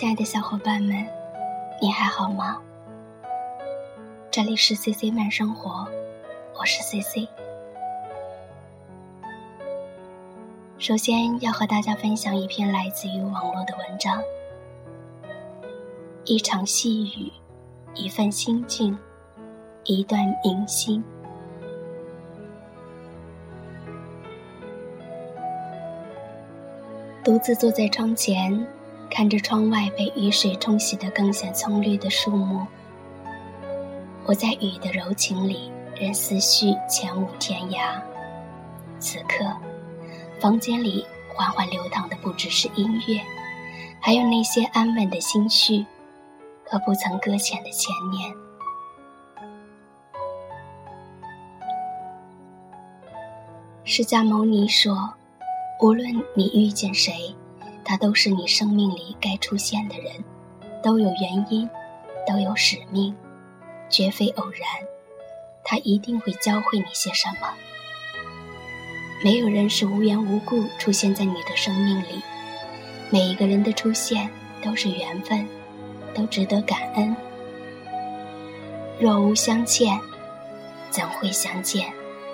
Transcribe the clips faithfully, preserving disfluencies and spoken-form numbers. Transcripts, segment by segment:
亲爱的小伙伴们，你还好吗？这里是 C C 慢生活，我是 C C。 首先要和大家分享一篇来自于网络的文章。一场细雨，一份心境，一段明心。独自坐在窗前，看着窗外被雨水冲洗得更显葱绿的树木，我在雨的柔情里任思绪前舞天涯。此刻房间里缓缓流淌的不只是音乐，还有那些安稳的心绪和不曾搁浅的前念。释迦牟尼说，无论你遇见谁，他都是你生命里该出现的人，都有原因，都有使命，绝非偶然，他一定会教会你些什么。没有人是无缘无故出现在你的生命里，每一个人的出现都是缘分，都值得感恩。若无相欠，怎会相见？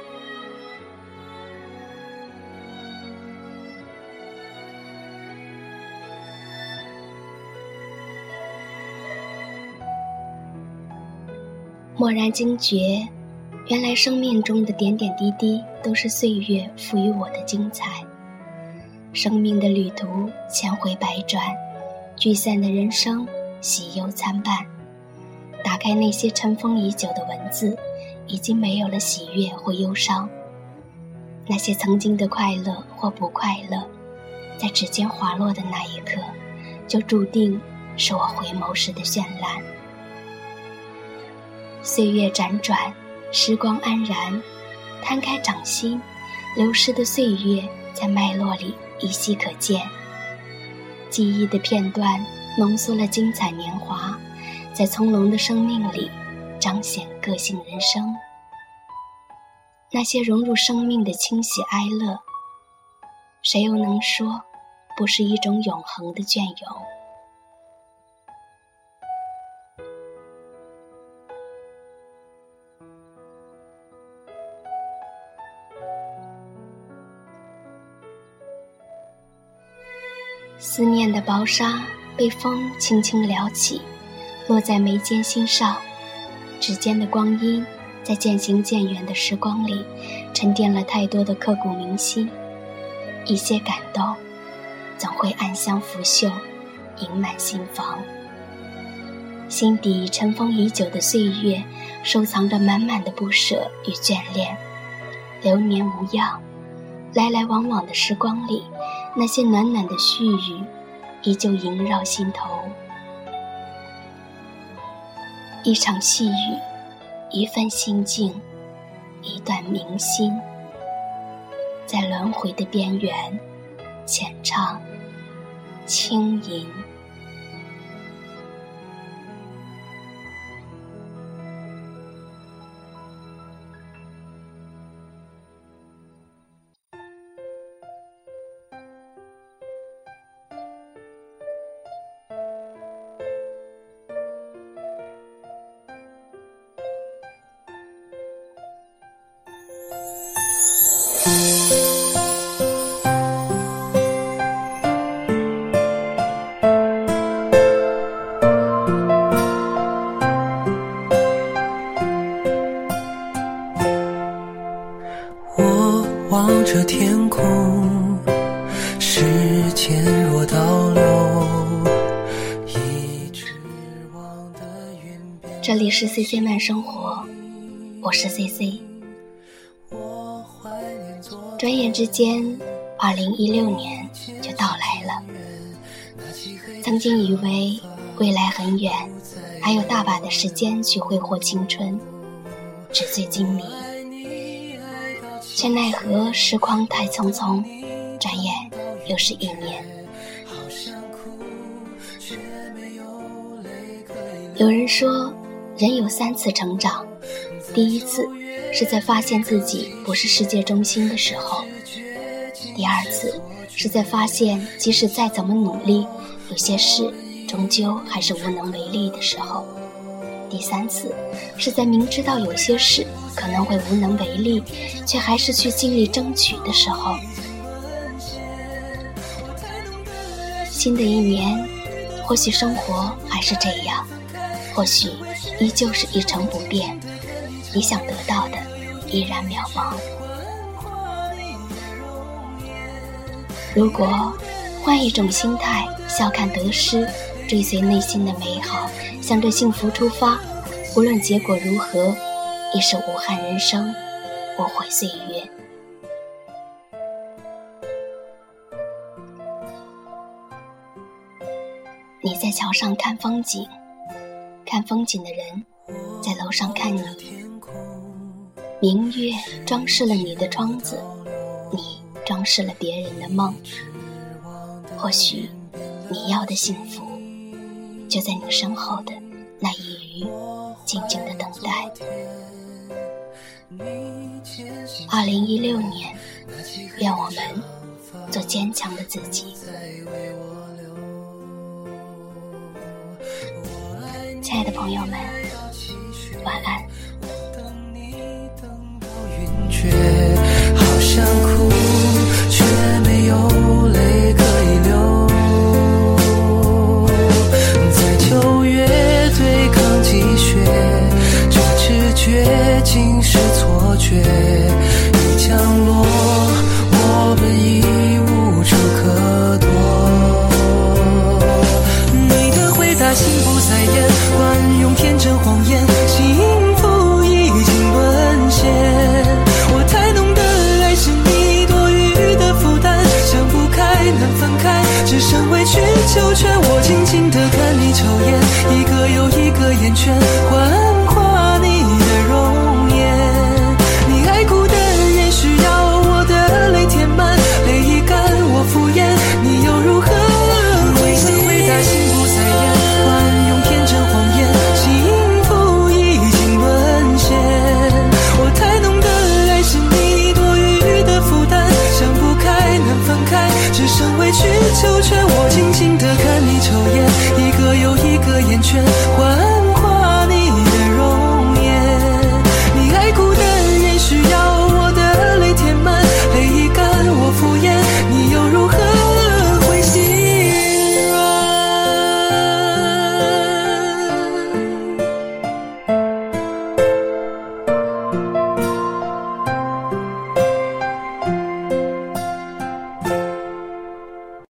蓦然惊觉，原来生命中的点点滴滴都是岁月赋予我的精彩。生命的旅途千回百转，聚散的人生喜忧参半。打开那些尘封已久的文字，已经没有了喜悦或忧伤。那些曾经的快乐或不快乐，在指尖滑落的那一刻，就注定是我回眸时的绚烂。岁月辗转，时光安然，摊开掌心，流逝的岁月在脉络里依稀可见。记忆的片段浓缩了精彩年华，在从容的生命里彰显个性人生。那些融入生命的清喜哀乐，谁又能说不是一种永恒的隽永？思念的薄纱被风轻轻撩起，落在眉间心上。指尖的光阴在渐行渐远的时光里沉淀了太多的刻骨铭心。一些感动总会暗香拂袖，盈满心房。心底尘封已久的岁月，收藏着满满的不舍与眷恋。流年无恙，来来往往的时光里，那些暖暖的絮语依旧萦绕心头。一场细雨，一份心境，一段明心，在轮回的边缘浅唱轻吟。 望着天空，时间若倒流，一直望的云边。 这里是 C C 慢生活，我是 C C。 转眼之间二零一六年就到来了。曾经以为未来很远，还有大把的时间去挥霍青春，纸醉金迷，却奈何时光太匆匆，转眼又是一年。有人说，人有三次成长，第一次是在发现自己不是世界中心的时候，第二次是在发现即使再怎么努力，有些事终究还是无能为力的时候。第三次是在明知道有些事可能会无能为力，却还是去尽力争取的时候。新的一年，或许生活还是这样，或许依旧是一成不变，你想得到的依然渺茫。如果换一种心态，笑看得失，追随内心的美好，向着幸福出发，无论结果如何，亦是无憾人生，无悔岁月。你在桥上看风景，看风景的人在楼上看你。明月装饰了你的窗子，你装饰了别人的梦。或许你要的幸福就在你身后的那一隅，静静的等待。二零一六年，愿我们做坚强的自己。亲爱的朋友们，晚安。 好想哭，却没有泪可以流。在九月对抗积雪，这直觉竟是错觉。一降落，我们已无处可躲。你的回答心不在焉，惯用天真谎言，幸福已经沦陷。我太浓的爱是你多余的负担，想不开难分开，只剩委曲求全。我静静地看你抽烟，一个又一个眼圈环跨你的容颜。你爱哭的人需要我的泪填满，泪已干我敷衍，你又如何回心回答心不在焉，惯用天真谎言，幸福已经沦陷。我太浓的爱是你多余的负担，想不开难分开，只剩委曲求全。我静静地看你抽烟，一个又一个眼圈环跨你的容颜。你爱哭的人需要我的泪填满，泪已干我敷衍，你又如何会心软？